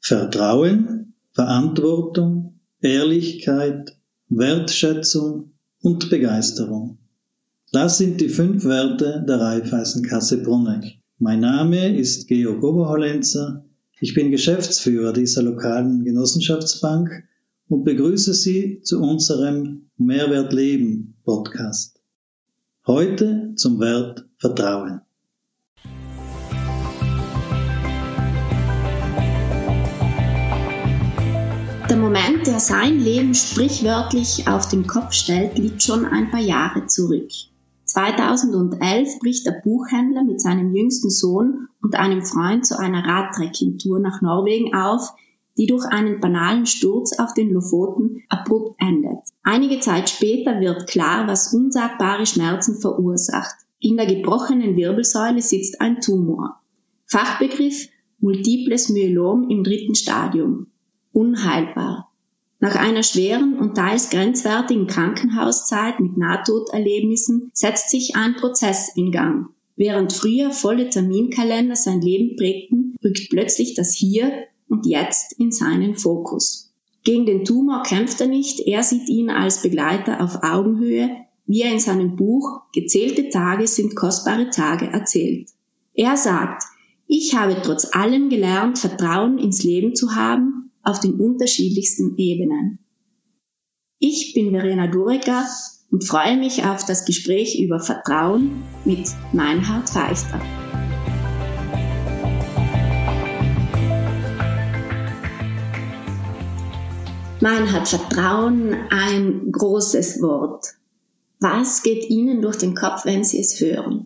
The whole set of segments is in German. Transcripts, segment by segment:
Vertrauen, Verantwortung, Ehrlichkeit, Wertschätzung und Begeisterung. Das sind die 5 Werte der Raiffeisenkasse Bruneck. Mein Name ist Georg Oberhollenzer. Ich bin Geschäftsführer dieser lokalen Genossenschaftsbank und begrüße Sie zu unserem Mehrwert Leben Podcast. Heute zum Wert Vertrauen. Der Moment, der sein Leben sprichwörtlich auf den Kopf stellt, liegt schon ein paar Jahre zurück. 2011 bricht der Buchhändler mit seinem jüngsten Sohn und einem Freund zu einer Radtrekking-Tour nach Norwegen auf, die durch einen banalen Sturz auf den Lofoten abrupt endet. Einige Zeit später wird klar, was unsagbare Schmerzen verursacht. In der gebrochenen Wirbelsäule sitzt ein Tumor. Fachbegriff Multiples Myelom im 3. Stadium. Unheilbar. Nach einer schweren und teils grenzwertigen Krankenhauszeit mit Nahtoderlebnissen setzt sich ein Prozess in Gang. Während früher volle Terminkalender sein Leben prägten, rückt plötzlich das Hier und Jetzt in seinen Fokus. Gegen den Tumor kämpft er nicht, er sieht ihn als Begleiter auf Augenhöhe, wie er in seinem Buch Gezählte Tage sind kostbare Tage erzählt. Er sagt, ich habe trotz allem gelernt, Vertrauen ins Leben zu haben, auf den unterschiedlichsten Ebenen. Ich bin Verena Durecker und freue mich auf das Gespräch über Vertrauen mit Meinhard Pfeister. Meinhard, Vertrauen, ein großes Wort. Was geht Ihnen durch den Kopf, wenn Sie es hören?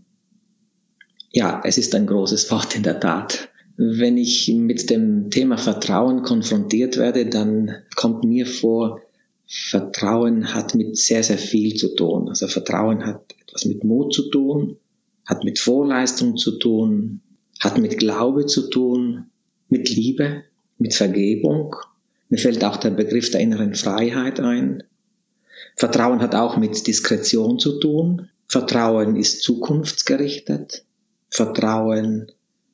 Ja, es ist ein großes Wort in der Tat. Wenn ich mit dem Thema Vertrauen konfrontiert werde, dann kommt mir vor, Vertrauen hat mit sehr, sehr viel zu tun. Also Vertrauen hat etwas mit Mut zu tun, hat mit Vorleistung zu tun, hat mit Glaube zu tun, mit Liebe, mit Vergebung. Mir fällt auch der Begriff der inneren Freiheit ein. Vertrauen hat auch mit Diskretion zu tun. Vertrauen ist zukunftsgerichtet. Vertrauen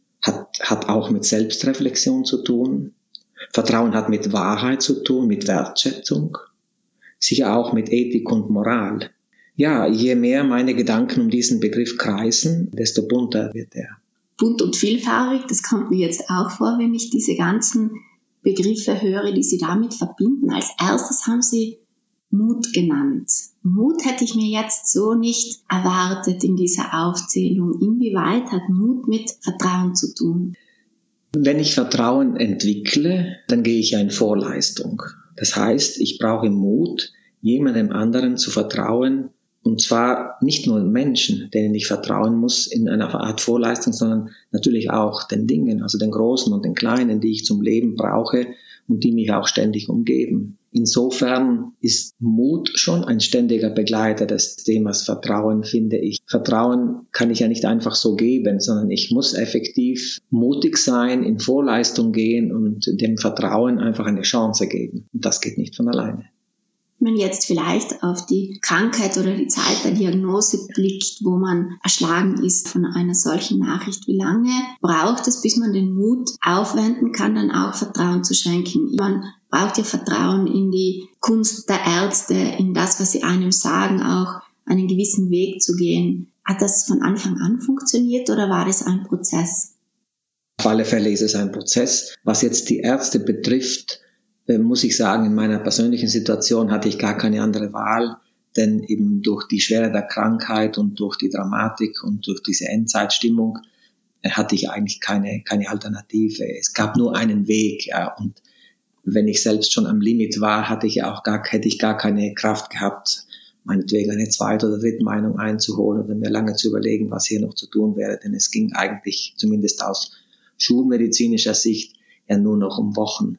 hat auch mit Selbstreflexion zu tun. Vertrauen hat mit Wahrheit zu tun, mit Wertschätzung. Sicher auch mit Ethik und Moral. Ja, je mehr meine Gedanken um diesen Begriff kreisen, desto bunter wird er. Bunt und vielfarbig, das kommt mir jetzt auch vor, wenn ich diese ganzen Begriffe höre, die Sie damit verbinden. Als erstes haben Sie Mut genannt. Mut hätte ich mir jetzt so nicht erwartet in dieser Aufzählung. Inwieweit hat Mut mit Vertrauen zu tun? Wenn ich Vertrauen entwickle, dann gehe ich ja in Vorleistung. Das heißt, ich brauche Mut, jemandem anderen zu vertrauen, und zwar nicht nur Menschen, denen ich vertrauen muss in einer Art Vorleistung, sondern natürlich auch den Dingen, also den Großen und den Kleinen, die ich zum Leben brauche und die mich auch ständig umgeben. Insofern ist Mut schon ein ständiger Begleiter des Themas Vertrauen, finde ich. Vertrauen kann ich ja nicht einfach so geben, sondern ich muss effektiv mutig sein, in Vorleistung gehen und dem Vertrauen einfach eine Chance geben. Und das geht nicht von alleine. Wenn man jetzt vielleicht auf die Krankheit oder die Zeit der Diagnose blickt, wo man erschlagen ist von einer solchen Nachricht, wie lange braucht es, bis man den Mut aufwenden kann, dann auch Vertrauen zu schenken? Man braucht ja Vertrauen in die Kunst der Ärzte, in das, was sie einem sagen, auch einen gewissen Weg zu gehen. Hat das von Anfang an funktioniert oder war das ein Prozess? Auf alle Fälle ist es ein Prozess. Was jetzt die Ärzte betrifft, muss ich sagen, in meiner persönlichen Situation hatte ich gar keine andere Wahl, denn eben durch die Schwere der Krankheit und durch die Dramatik und durch diese Endzeitstimmung hatte ich eigentlich keine Alternative. Es gab nur einen Weg, ja, und wenn ich selbst schon am Limit war, hätte ich gar keine Kraft gehabt, meinetwegen eine zweite oder dritte Meinung einzuholen oder mir lange zu überlegen, was hier noch zu tun wäre, denn es ging eigentlich, zumindest aus schulmedizinischer Sicht, ja nur noch um Wochen.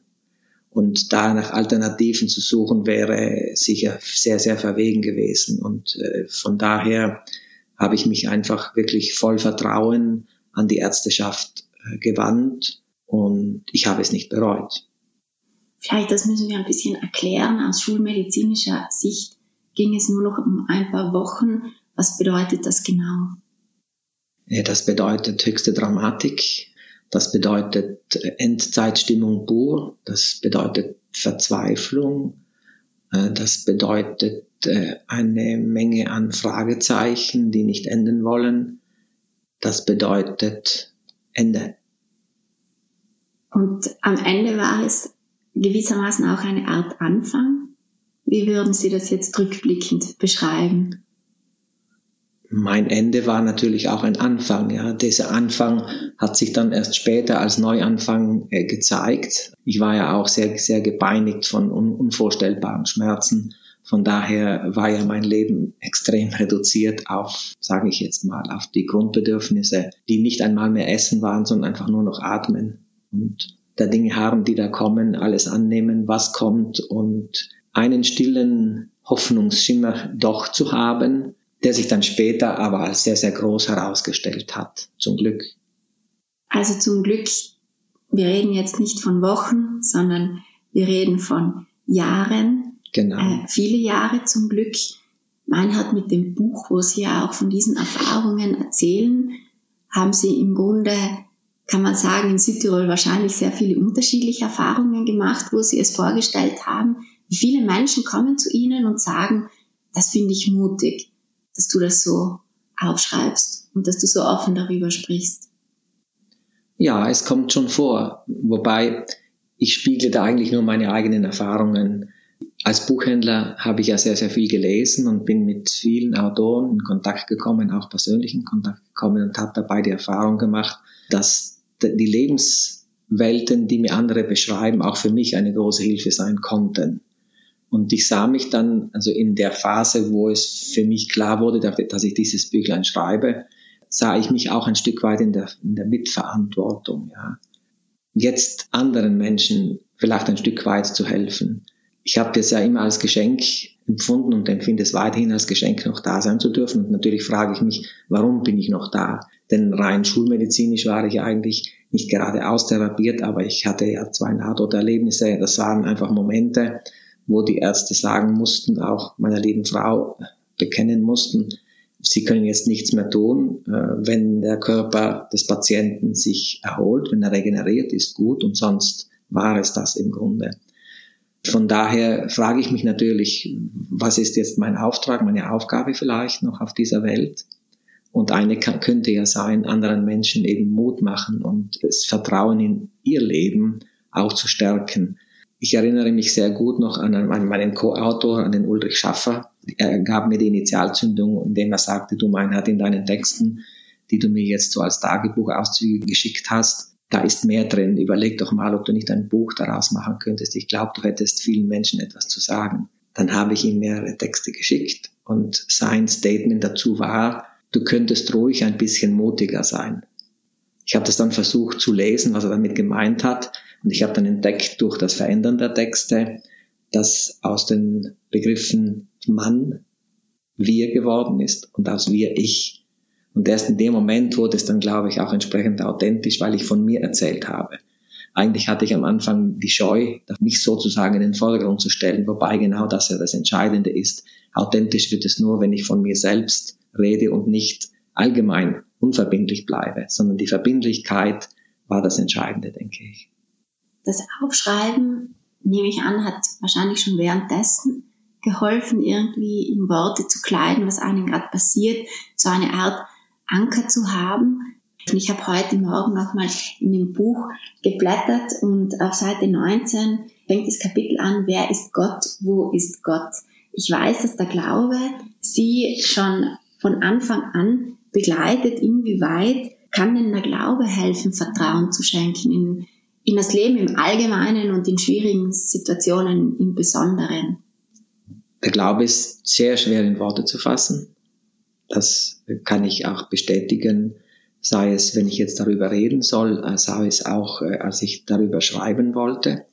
Und da nach Alternativen zu suchen, wäre sicher sehr, sehr verwegen gewesen. Und von daher habe ich mich einfach wirklich voll Vertrauen an die Ärzteschaft gewandt und ich habe es nicht bereut. Vielleicht, das müssen wir ein bisschen erklären. Aus schulmedizinischer Sicht ging es nur noch um ein paar Wochen. Was bedeutet das genau? Ja, das bedeutet höchste Dramatik. Das bedeutet Endzeitstimmung pur, das bedeutet Verzweiflung, das bedeutet eine Menge an Fragezeichen, die nicht enden wollen. Das bedeutet Ende. Und am Ende war es gewissermaßen auch eine Art Anfang. Wie würden Sie das jetzt rückblickend beschreiben? Mein Ende war natürlich auch ein Anfang. Ja. Dieser Anfang hat sich dann erst später als Neuanfang gezeigt. Ich war ja auch sehr, sehr gepeinigt von unvorstellbaren Schmerzen. Von daher war ja mein Leben extrem reduziert auf, sage ich jetzt mal, auf die Grundbedürfnisse, die nicht einmal mehr Essen waren, sondern einfach nur noch atmen. Und der Dinge haben, die da kommen, alles annehmen, was kommt und einen stillen Hoffnungsschimmer doch zu haben, der sich dann später aber als sehr, sehr groß herausgestellt hat. Zum Glück. Also zum Glück, wir reden jetzt nicht von Wochen, sondern wir reden von Jahren. Genau. Viele Jahre zum Glück. Meinhard, mit dem Buch, wo Sie ja auch von diesen Erfahrungen erzählen, haben Sie im Grunde, kann man sagen, in Südtirol wahrscheinlich sehr viele unterschiedliche Erfahrungen gemacht, wo Sie es vorgestellt haben. Wie viele Menschen kommen zu Ihnen und sagen, das finde ich mutig, dass du das so aufschreibst und dass du so offen darüber sprichst. Ja, es kommt schon vor, wobei ich spiegle da eigentlich nur meine eigenen Erfahrungen. Als Buchhändler habe ich ja sehr, sehr viel gelesen und bin mit vielen Autoren in Kontakt gekommen, auch persönlich in Kontakt gekommen und habe dabei die Erfahrung gemacht, dass die Lebenswelten, die mir andere beschreiben, auch für mich eine große Hilfe sein konnten. Und ich sah mich dann, also in der Phase, wo es für mich klar wurde, dass ich dieses Büchlein schreibe, sah ich mich auch ein Stück weit in der Mitverantwortung, ja. Jetzt anderen Menschen vielleicht ein Stück weit zu helfen. Ich habe das ja immer als Geschenk empfunden und empfinde es weiterhin als Geschenk, noch da sein zu dürfen. Und natürlich frage ich mich, warum bin ich noch da? Denn rein schulmedizinisch war ich ja eigentlich nicht gerade austherapiert, aber ich hatte ja 2 Nahtoderlebnisse. Das waren einfach Momente, wo die Ärzte sagen mussten, auch meiner lieben Frau bekennen mussten, sie können jetzt nichts mehr tun, wenn der Körper des Patienten sich erholt, wenn er regeneriert, ist gut und sonst war es das im Grunde. Von daher frage ich mich natürlich, was ist jetzt mein Auftrag, meine Aufgabe vielleicht noch auf dieser Welt? Und eine könnte ja sein, anderen Menschen eben Mut machen und das Vertrauen in ihr Leben auch zu stärken. Ich erinnere mich sehr gut noch an meinen Co-Autor, an den Ulrich Schaffer. Er gab mir die Initialzündung, indem er sagte, du Meinhard, in deinen Texten, die du mir jetzt so als Tagebuchauszüge geschickt hast, da ist mehr drin. Überleg doch mal, ob du nicht ein Buch daraus machen könntest. Ich glaube, du hättest vielen Menschen etwas zu sagen. Dann habe ich ihm mehrere Texte geschickt und sein Statement dazu war, du könntest ruhig ein bisschen mutiger sein. Ich habe das dann versucht zu lesen, was er damit gemeint hat. Und ich habe dann entdeckt durch das Verändern der Texte, dass aus den Begriffen Mann wir geworden ist und aus wir ich. Und erst in dem Moment wurde es dann, glaube ich, auch entsprechend authentisch, weil ich von mir erzählt habe. Eigentlich hatte ich am Anfang die Scheu, mich sozusagen in den Vordergrund zu stellen, wobei genau das ja das Entscheidende ist. Authentisch wird es nur, wenn ich von mir selbst rede und nicht allgemein unverbindlich bleibe, sondern die Verbindlichkeit war das Entscheidende, denke ich. Das Aufschreiben, nehme ich an, hat wahrscheinlich schon währenddessen geholfen, irgendwie in Worte zu kleiden, was einem gerade passiert, so eine Art Anker zu haben. Ich habe heute Morgen auch mal in dem Buch geblättert und auf Seite 19 fängt das Kapitel an, wer ist Gott, wo ist Gott? Ich weiß, dass der Glaube Sie schon von Anfang an begleitet. Inwieweit kann denn der Glaube helfen, Vertrauen zu schenken in das Leben im Allgemeinen und in schwierigen Situationen im Besonderen? Der Glaube ist sehr schwer in Worte zu fassen. Das kann ich auch bestätigen, sei es, wenn ich jetzt darüber reden soll, sei es auch, als ich darüber schreiben wollte.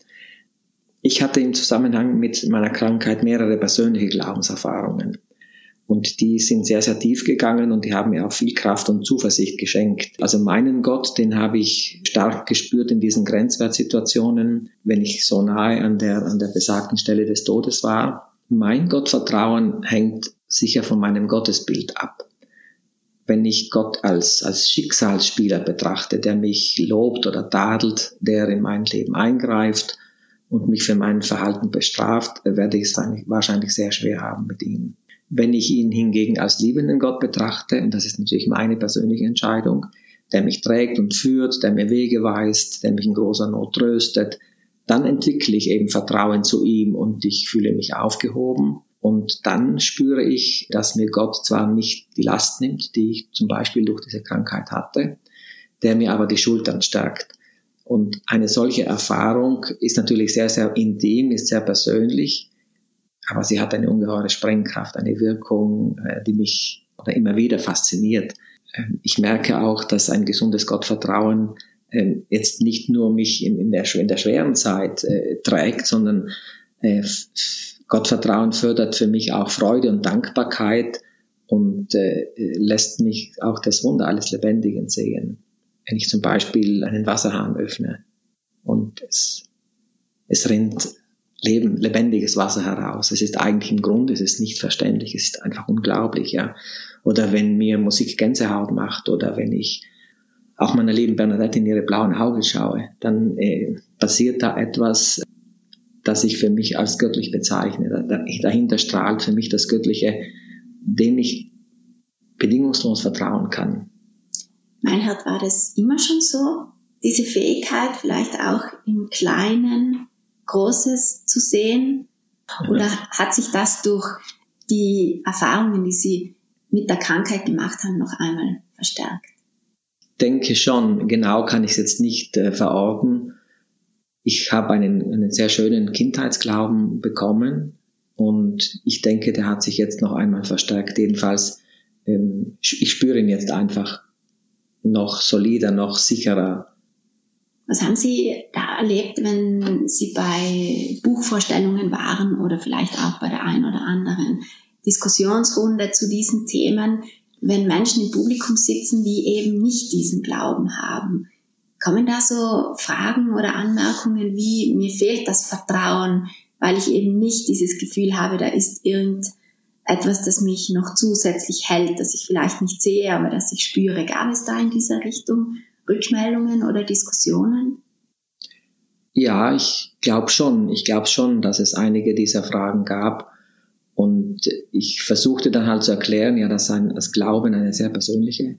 Ich hatte im Zusammenhang mit meiner Krankheit mehrere persönliche Glaubenserfahrungen. Und die sind sehr, sehr tief gegangen und die haben mir auch viel Kraft und Zuversicht geschenkt. Also meinen Gott, den habe ich stark gespürt in diesen Grenzwertsituationen, wenn ich so nahe an der besagten Stelle des Todes war. Mein Gottvertrauen hängt sicher von meinem Gottesbild ab. wenn ich Gott als Schicksalsspieler betrachte, der mich lobt oder tadelt, der in mein Leben eingreift und mich für mein Verhalten bestraft, werde ich es wahrscheinlich sehr schwer haben mit ihm. Wenn ich ihn hingegen als liebenden Gott betrachte, und das ist natürlich meine persönliche Entscheidung, der mich trägt und führt, der mir Wege weist, der mich in großer Not tröstet, dann entwickle ich eben Vertrauen zu ihm und ich fühle mich aufgehoben. Und dann spüre ich, dass mir Gott zwar nicht die Last nimmt, die ich zum Beispiel durch diese Krankheit hatte, der mir aber die Schultern stärkt. Und eine solche Erfahrung ist natürlich sehr, sehr intim, ist sehr persönlich, aber sie hat eine ungeheure Sprengkraft, eine Wirkung, die mich immer wieder fasziniert. Ich merke auch, dass ein gesundes Gottvertrauen jetzt nicht nur mich in der schweren Zeit trägt, sondern Gottvertrauen fördert für mich auch Freude und Dankbarkeit und lässt mich auch das Wunder alles Lebendigen sehen. Wenn ich zum Beispiel einen Wasserhahn öffne und es rinnt lebendiges Wasser heraus. Es ist eigentlich im Grunde, es ist nicht verständlich, es ist einfach unglaublich, ja. Oder wenn mir Musik Gänsehaut macht oder wenn ich auch meiner lieben Bernadette in ihre blauen Augen schaue, dann passiert da etwas, das ich für mich als göttlich bezeichne. Dahinter strahlt für mich das Göttliche, dem ich bedingungslos vertrauen kann. Meinhard, war das immer schon so? Diese Fähigkeit, vielleicht auch im Kleinen Großes zu sehen? Oder hat sich das durch die Erfahrungen, die Sie mit der Krankheit gemacht haben, noch einmal verstärkt? Denke schon. Genau kann ich es jetzt nicht verorten. Ich habe einen sehr schönen Kindheitsglauben bekommen und ich denke, der hat sich jetzt noch einmal verstärkt. Jedenfalls, ich spüre ihn jetzt einfach noch solider, noch sicherer. Was haben Sie da erlebt, wenn Sie bei Buchvorstellungen waren oder vielleicht auch bei der einen oder anderen Diskussionsrunde zu diesen Themen, wenn Menschen im Publikum sitzen, die eben nicht diesen Glauben haben? Kommen da so Fragen oder Anmerkungen wie, mir fehlt das Vertrauen, weil ich eben nicht dieses Gefühl habe, da ist irgendetwas, das mich noch zusätzlich hält, das ich vielleicht nicht sehe, aber das ich spüre? Gab es da in dieser Richtung Rückmeldungen oder Diskussionen? Ja, ich glaube schon. Ich glaube schon, dass es einige dieser Fragen gab. Und ich versuchte dann halt zu erklären, ja, dass das Glauben ein sehr persönliches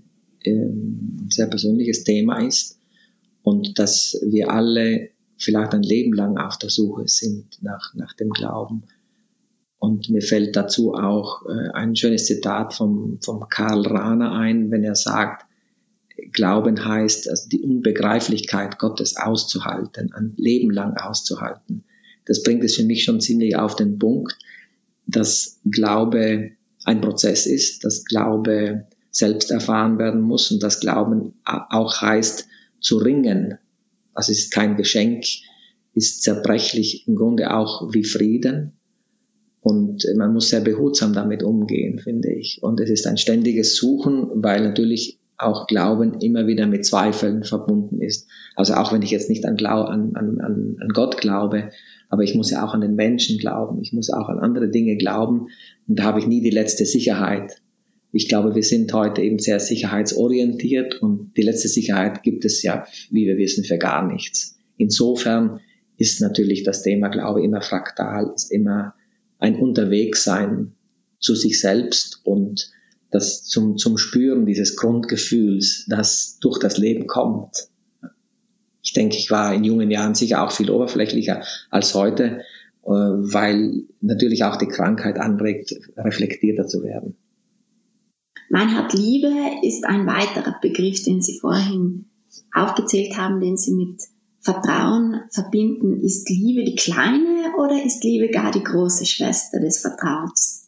Thema ist und dass wir alle vielleicht ein Leben lang auf der Suche sind nach dem Glauben. Und mir fällt dazu auch ein schönes Zitat vom Karl Rahner ein, wenn er sagt, Glauben heißt, also die Unbegreiflichkeit Gottes auszuhalten, ein Leben lang auszuhalten. Das bringt es für mich schon ziemlich auf den Punkt, dass Glaube ein Prozess ist, dass Glaube selbst erfahren werden muss und dass Glauben auch heißt, zu ringen. Also es ist kein Geschenk, ist zerbrechlich im Grunde auch wie Frieden. Und man muss sehr behutsam damit umgehen, finde ich. Und es ist ein ständiges Suchen, weil natürlich auch Glauben immer wieder mit Zweifeln verbunden ist. Also auch wenn ich jetzt nicht an Gott glaube, aber ich muss ja auch an den Menschen glauben. Ich muss auch an andere Dinge glauben. Und da habe ich nie die letzte Sicherheit. Ich glaube, wir sind heute eben sehr sicherheitsorientiert und die letzte Sicherheit gibt es ja, wie wir wissen, für gar nichts. Insofern ist natürlich das Thema Glaube immer fraktal, ist immer ein Unterwegssein zu sich selbst und das zum Spüren dieses Grundgefühls, das durch das Leben kommt. Ich denke, ich war in jungen Jahren sicher auch viel oberflächlicher als heute, weil natürlich auch die Krankheit anregt, reflektierter zu werden. Meinhard, Liebe ist ein weiterer Begriff, den Sie vorhin aufgezählt haben, den Sie mit Vertrauen verbinden. Ist Liebe die kleine oder ist Liebe gar die große Schwester des Vertrauens?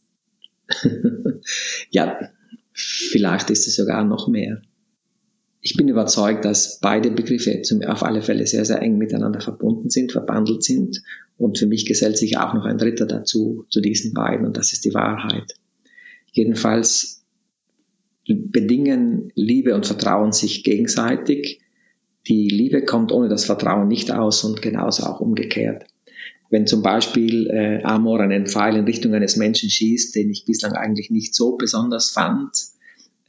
Ja, vielleicht ist es sogar noch mehr. Ich bin überzeugt, dass beide Begriffe auf alle Fälle sehr, sehr eng miteinander verbunden sind, verbandelt sind. Und für mich gesellt sich auch noch ein dritter dazu, zu diesen beiden, und das ist die Wahrheit. Jedenfalls bedingen Liebe und Vertrauen sich gegenseitig. Die Liebe kommt ohne das Vertrauen nicht aus und genauso auch umgekehrt. Wenn zum Beispiel Amor einen Pfeil in Richtung eines Menschen schießt, den ich bislang eigentlich nicht so besonders fand,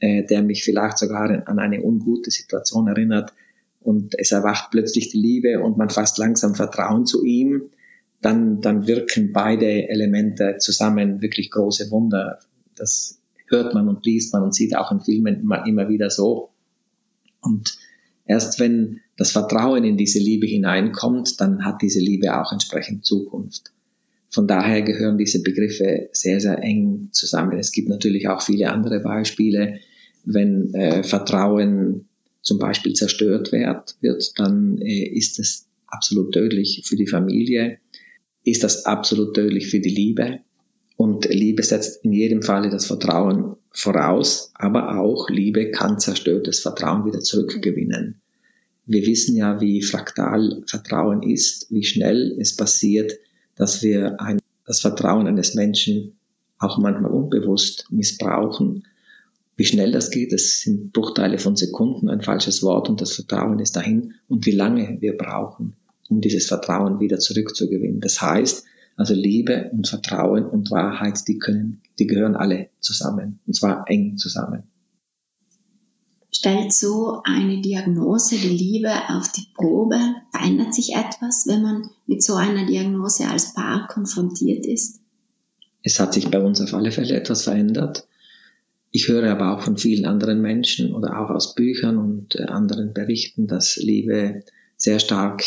der mich vielleicht sogar an eine ungute Situation erinnert, und es erwacht plötzlich die Liebe und man fasst langsam Vertrauen zu ihm, dann wirken beide Elemente zusammen wirklich große Wunder. Das hört man und liest man und sieht auch in Filmen immer wieder so. Und erst wenn das Vertrauen in diese Liebe hineinkommt, dann hat diese Liebe auch entsprechend Zukunft. Von daher gehören diese Begriffe sehr, sehr eng zusammen. Es gibt natürlich auch viele andere Beispiele. Wenn Vertrauen zum Beispiel zerstört wird, dann ist es absolut tödlich für die Familie, ist das absolut tödlich für die Liebe. Und Liebe setzt in jedem Falle das Vertrauen voraus, aber auch Liebe kann zerstörtes Vertrauen wieder zurückgewinnen. Wir wissen ja, wie fraktal Vertrauen ist, wie schnell es passiert, dass wir das Vertrauen eines Menschen auch manchmal unbewusst missbrauchen. Wie schnell das geht, das sind Bruchteile von Sekunden, ein falsches Wort und das Vertrauen ist dahin, und wie lange wir brauchen, um dieses Vertrauen wieder zurückzugewinnen. Das heißt, also Liebe und Vertrauen und Wahrheit, die gehören alle zusammen, und zwar eng zusammen. Stellt so eine Diagnose die Liebe auf die Probe? Verändert sich etwas, wenn man mit so einer Diagnose als Paar konfrontiert ist? Es hat sich bei uns auf alle Fälle etwas verändert. Ich höre aber auch von vielen anderen Menschen oder auch aus Büchern und anderen Berichten, dass Liebe sehr stark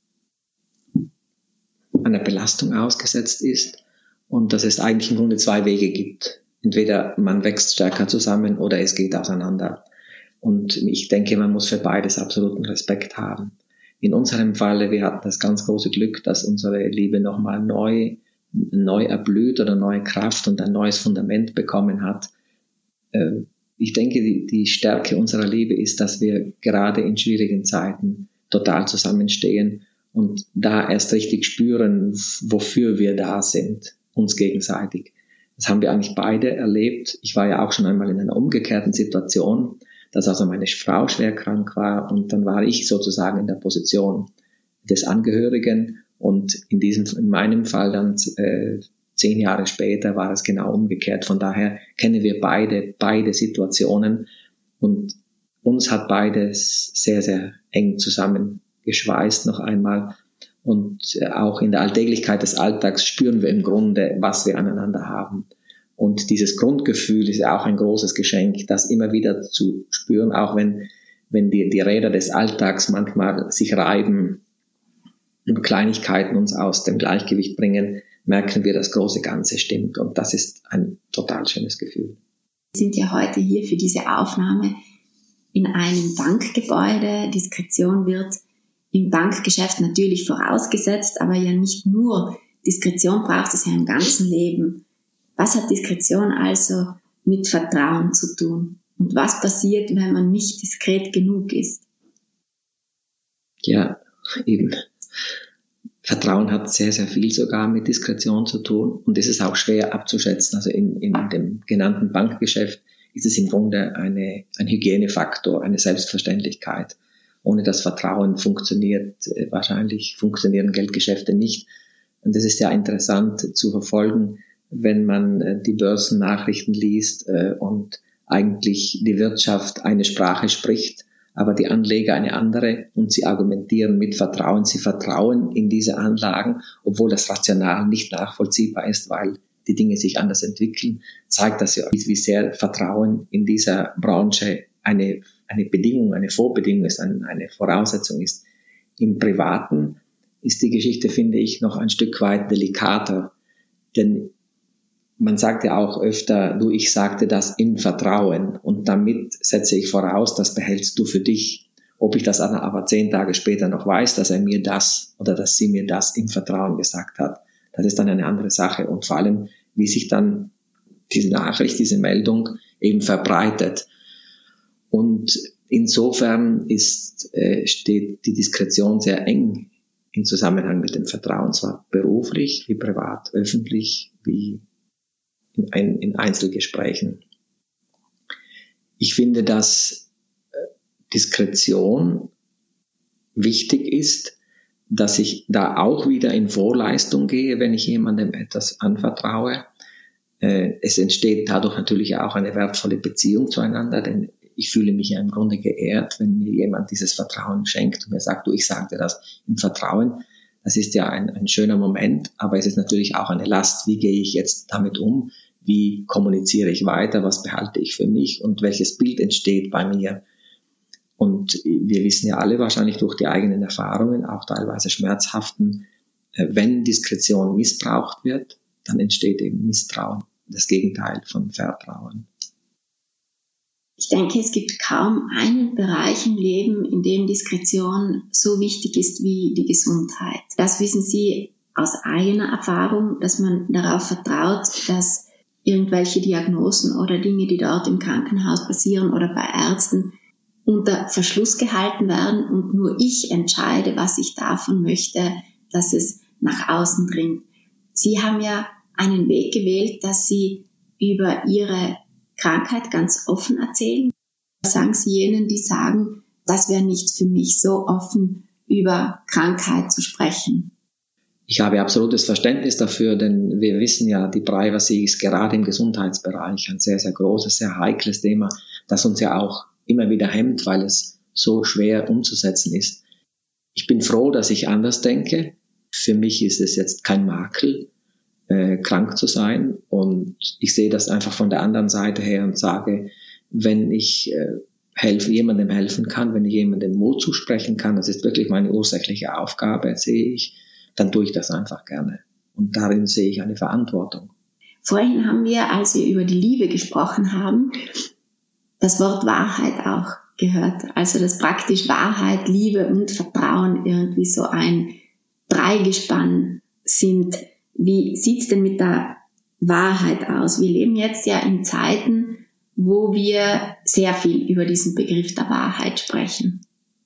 einer Belastung ausgesetzt ist und dass es eigentlich im Grunde zwei Wege gibt. Entweder man wächst stärker zusammen oder es geht auseinander. Und ich denke, man muss für beides absoluten Respekt haben. In unserem Falle, wir hatten das ganz große Glück, dass unsere Liebe nochmal neu erblüht oder neue Kraft und ein neues Fundament bekommen hat. Ich denke, die Stärke unserer Liebe ist, dass wir gerade in schwierigen Zeiten total zusammenstehen und da erst richtig spüren, wofür wir da sind, uns gegenseitig. Das haben wir eigentlich beide erlebt. Ich war ja auch schon einmal in einer umgekehrten Situation, dass also meine Frau schwer krank war und dann war ich sozusagen in der Position des Angehörigen, und in meinem Fall dann 10 Jahre später war es genau umgekehrt. Von daher kennen wir beide Situationen, und uns hat beides sehr, sehr eng zusammengeschweißt noch einmal. Und auch in der Alltäglichkeit des Alltags spüren wir im Grunde, was wir aneinander haben. Und dieses Grundgefühl ist ja auch ein großes Geschenk, das immer wieder zu spüren, auch wenn die Räder des Alltags manchmal sich reiben und Kleinigkeiten uns aus dem Gleichgewicht bringen, merken wir, das große Ganze stimmt. Und das ist ein total schönes Gefühl. Wir sind ja heute hier für diese Aufnahme in einem Bankgebäude. Diskretion wird im Bankgeschäft natürlich vorausgesetzt, aber ja nicht nur. Diskretion braucht es ja im ganzen Leben. Was hat Diskretion also mit Vertrauen zu tun? Und was passiert, wenn man nicht diskret genug ist? Ja, eben. Vertrauen hat sehr, sehr viel sogar mit Diskretion zu tun, und es ist auch schwer abzuschätzen. Also in dem genannten Bankgeschäft ist es im Grunde ein Hygienefaktor, eine Selbstverständlichkeit. Ohne das Vertrauen wahrscheinlich funktionieren Geldgeschäfte nicht. Und das ist ja interessant zu verfolgen, wenn man die Börsennachrichten liest und eigentlich die Wirtschaft eine Sprache spricht, aber die Anleger eine andere, und sie argumentieren mit Vertrauen. Sie vertrauen in diese Anlagen, obwohl das rational nicht nachvollziehbar ist, weil die Dinge sich anders entwickeln. Zeigt das ja, wie sehr Vertrauen in dieser Branche eine Bedingung, eine Vorbedingung ist, eine Voraussetzung ist. Im Privaten ist die Geschichte, finde ich, noch ein Stück weit delikater, denn man sagt ja auch öfter, ich sagte das in Vertrauen, und damit setze ich voraus, das behältst du für dich. Ob ich das aber 10 Tage später noch weiß, dass er mir das oder dass sie mir das im Vertrauen gesagt hat, das ist dann eine andere Sache. Und vor allem, wie sich dann diese Nachricht, diese Meldung eben verbreitet. Und insofern steht die Diskretion sehr eng im Zusammenhang mit dem Vertrauen, zwar beruflich wie privat, öffentlich wie in Einzelgesprächen. Ich finde, dass Diskretion wichtig ist, dass ich da auch wieder in Vorleistung gehe, wenn ich jemandem etwas anvertraue. Es entsteht dadurch natürlich auch eine wertvolle Beziehung zueinander, denn ich fühle mich ja im Grunde geehrt, wenn mir jemand dieses Vertrauen schenkt und mir sagt, du, ich sage dir das im Vertrauen. Das ist ja ein schöner Moment, aber es ist natürlich auch eine Last. Wie gehe ich jetzt damit um? Wie kommuniziere ich weiter? Was behalte ich für mich? Und welches Bild entsteht bei mir? Und wir wissen ja alle wahrscheinlich durch die eigenen Erfahrungen, auch teilweise schmerzhaften, wenn Diskretion missbraucht wird, dann entsteht eben Misstrauen. Das Gegenteil von Vertrauen. Ich denke, es gibt kaum einen Bereich im Leben, in dem Diskretion so wichtig ist wie die Gesundheit. Das wissen Sie aus eigener Erfahrung, dass man darauf vertraut, dass irgendwelche Diagnosen oder Dinge, die dort im Krankenhaus passieren oder bei Ärzten, unter Verschluss gehalten werden und nur ich entscheide, was ich davon möchte, dass es nach außen dringt. Sie haben ja einen Weg gewählt, dass Sie über Ihre Krankheit ganz offen erzählen. Was sagen Sie jenen, die sagen, das wäre nichts für mich, so offen über Krankheit zu sprechen? Ich habe absolutes Verständnis dafür, denn wir wissen ja, die Privacy ist gerade im Gesundheitsbereich ein sehr, sehr großes, sehr heikles Thema, das uns ja auch immer wieder hemmt, weil es so schwer umzusetzen ist. Ich bin froh, dass ich anders denke. Für mich ist es jetzt kein Makel, krank zu sein, und ich sehe das einfach von der anderen Seite her und sage, wenn ich jemandem helfen kann, wenn ich jemandem Mut zusprechen kann, das ist wirklich meine ursächliche Aufgabe, sehe ich, dann tue ich das einfach gerne. Und darin sehe ich eine Verantwortung. Vorhin haben wir, als wir über die Liebe gesprochen haben, das Wort Wahrheit auch gehört. Also dass praktisch Wahrheit, Liebe und Vertrauen irgendwie so ein Dreigespann sind. Wie sieht's denn mit der Wahrheit aus? Wir leben jetzt ja in Zeiten, wo wir sehr viel über diesen Begriff der Wahrheit sprechen.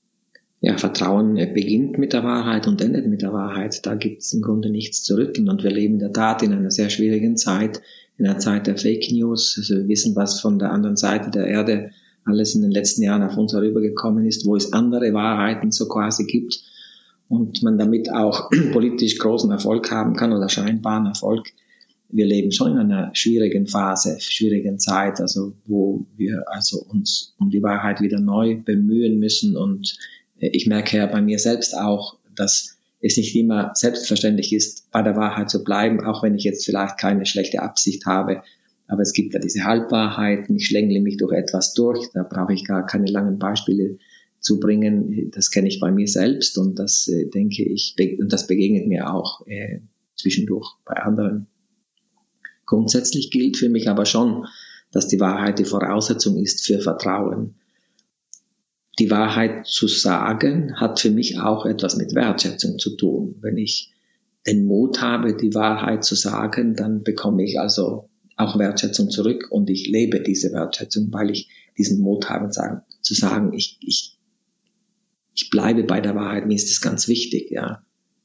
Ja, Vertrauen beginnt mit der Wahrheit und endet mit der Wahrheit. Da gibt es im Grunde nichts zu rütteln. Und wir leben in der Tat in einer sehr schwierigen Zeit, in einer Zeit der Fake News. Also wir wissen, was von der anderen Seite der Erde alles in den letzten Jahren auf uns herübergekommen ist, wo es andere Wahrheiten so quasi gibt und man damit auch politisch großen Erfolg haben kann oder scheinbaren Erfolg. Wir leben schon in einer schwierigen Phase, schwierigen Zeit, also wo wir also uns um die Wahrheit wieder neu bemühen müssen. Und ich merke ja bei mir selbst auch, dass es nicht immer selbstverständlich ist, bei der Wahrheit zu bleiben, auch wenn ich jetzt vielleicht keine schlechte Absicht habe. Aber es gibt ja diese Halbwahrheiten, ich schlängle mich durch etwas durch, da brauche ich gar keine langen Beispiele zu bringen. Das kenne ich bei mir selbst und das denke ich, und das begegnet mir auch zwischendurch bei anderen. Grundsätzlich gilt für mich aber schon, dass die Wahrheit die Voraussetzung ist für Vertrauen. Die Wahrheit zu sagen hat für mich auch etwas mit Wertschätzung zu tun. Wenn ich den Mut habe, die Wahrheit zu sagen, dann bekomme ich also auch Wertschätzung zurück und ich lebe diese Wertschätzung, weil ich diesen Mut habe zu sagen, ich bleibe bei der Wahrheit, mir ist das ganz wichtig, ja,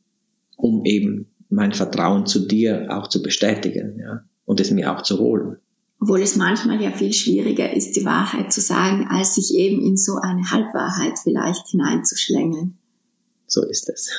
um eben mein Vertrauen zu dir auch zu bestätigen, ja, und es mir auch zu holen. Obwohl es manchmal ja viel schwieriger ist, die Wahrheit zu sagen, als sich eben in so eine Halbwahrheit vielleicht hineinzuschlängeln. So ist es.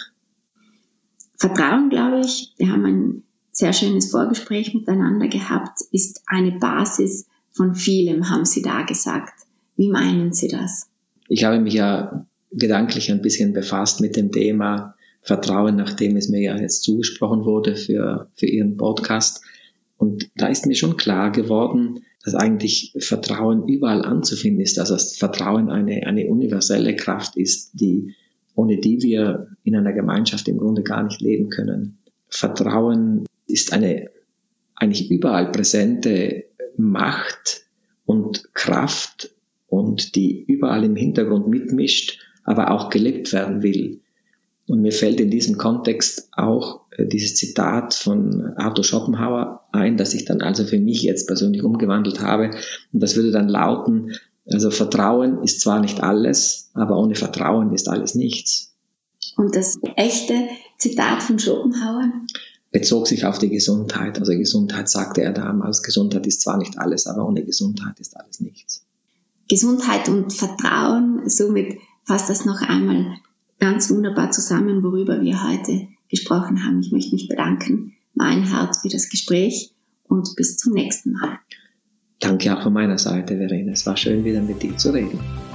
Vertrauen, glaube ich, wir haben ein sehr schönes Vorgespräch miteinander gehabt, ist eine Basis von vielem, haben Sie da gesagt. Wie meinen Sie das? Ich habe mich ja gedanklich ein bisschen befasst mit dem Thema Vertrauen, nachdem es mir ja jetzt zugesprochen wurde für Ihren Podcast. Und da ist mir schon klar geworden, dass eigentlich Vertrauen überall anzufinden ist, also dass Vertrauen eine universelle Kraft ist, ohne die wir in einer Gemeinschaft im Grunde gar nicht leben können. Vertrauen ist eine eigentlich überall präsente Macht und Kraft und die überall im Hintergrund mitmischt, aber auch gelebt werden will. Und mir fällt in diesem Kontext auch dieses Zitat von Arthur Schopenhauer ein, das ich dann also für mich jetzt persönlich umgewandelt habe. Und das würde dann lauten, also Vertrauen ist zwar nicht alles, aber ohne Vertrauen ist alles nichts. Und das echte Zitat von Schopenhauer? Bezog sich auf die Gesundheit. Also Gesundheit, sagte er damals, Gesundheit ist zwar nicht alles, aber ohne Gesundheit ist alles nichts. Gesundheit und Vertrauen, somit fasst das noch einmal ganz wunderbar zusammen, worüber wir heute gesprochen haben. Ich möchte mich bedanken, mein Herz, für das Gespräch und bis zum nächsten Mal. Danke auch von meiner Seite, Verena. Es war schön, wieder mit dir zu reden.